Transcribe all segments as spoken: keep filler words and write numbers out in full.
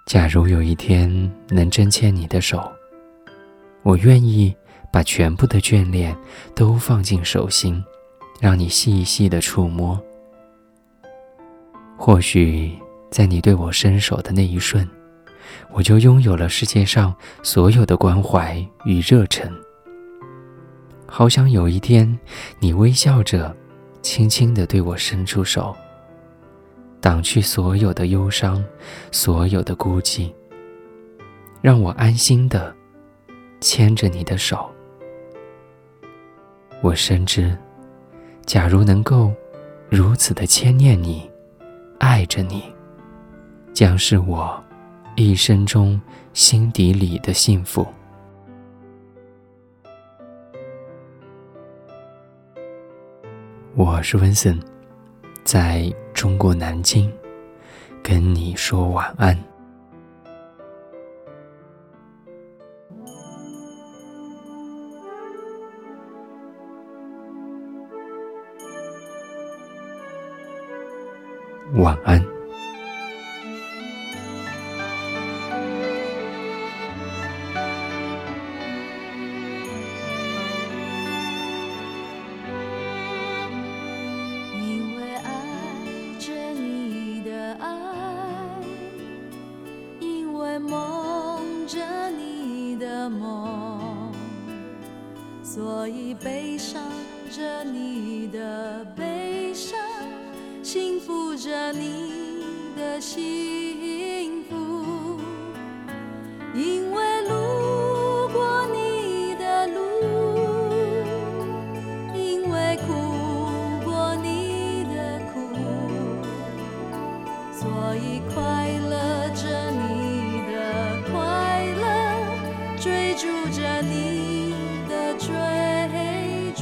假如有一天能真牵你的手，我愿意把全部的眷恋都放进手心，让你细细的触摸。或许在你对我伸手的那一瞬，我就拥有了世界上所有的关怀与热忱。好想有一天，你微笑着轻轻地对我伸出手，挡去所有的忧伤，所有的孤寂，让我安心地牵着你的手。我深知，假如能够如此地牵念你，爱着你，将是我一生中心底里的幸福。我是温森，在中国南京跟你说晚安。晚安。 因为爱着你的爱，因为梦着你的梦，所以悲伤着你的悲伤，幸福着你的幸福。因为路过你的路，因为哭过你的苦，所以快乐着你的快乐，追逐着你的追逐。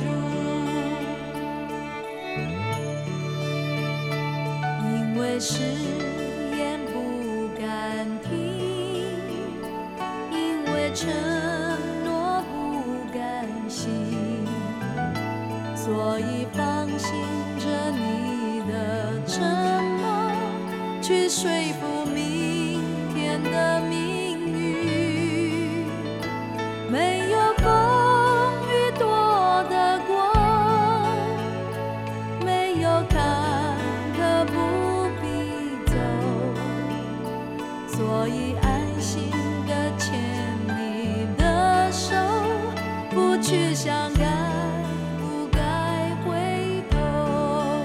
因为誓言不敢听，因为承诺不甘心，所以放心着你的沉默，去说服明天的命运。没有风雨躲得过，没有坎坷不必走，所以安心地牵你的手，不去想该不该回头。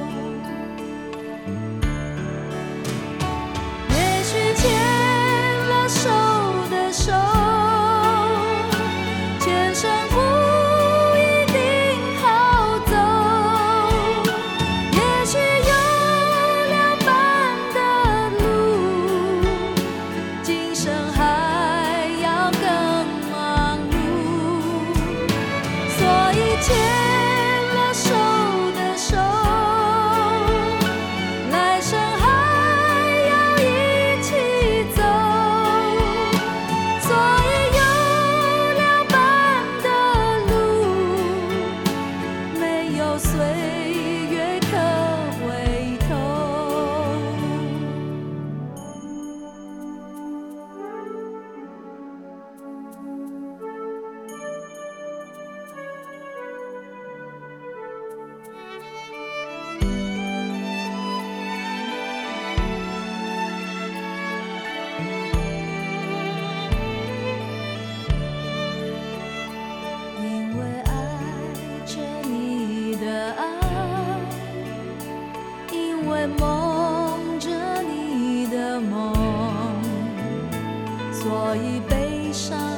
也许牵了手的手，前生不一定好走，也许有两半的路，今生还要更忙碌，所以牵了手的手，来生还要一起走，所以有两半的路，没有岁月可回头。因为爱着你的爱，因为梦着你的梦，所以悲伤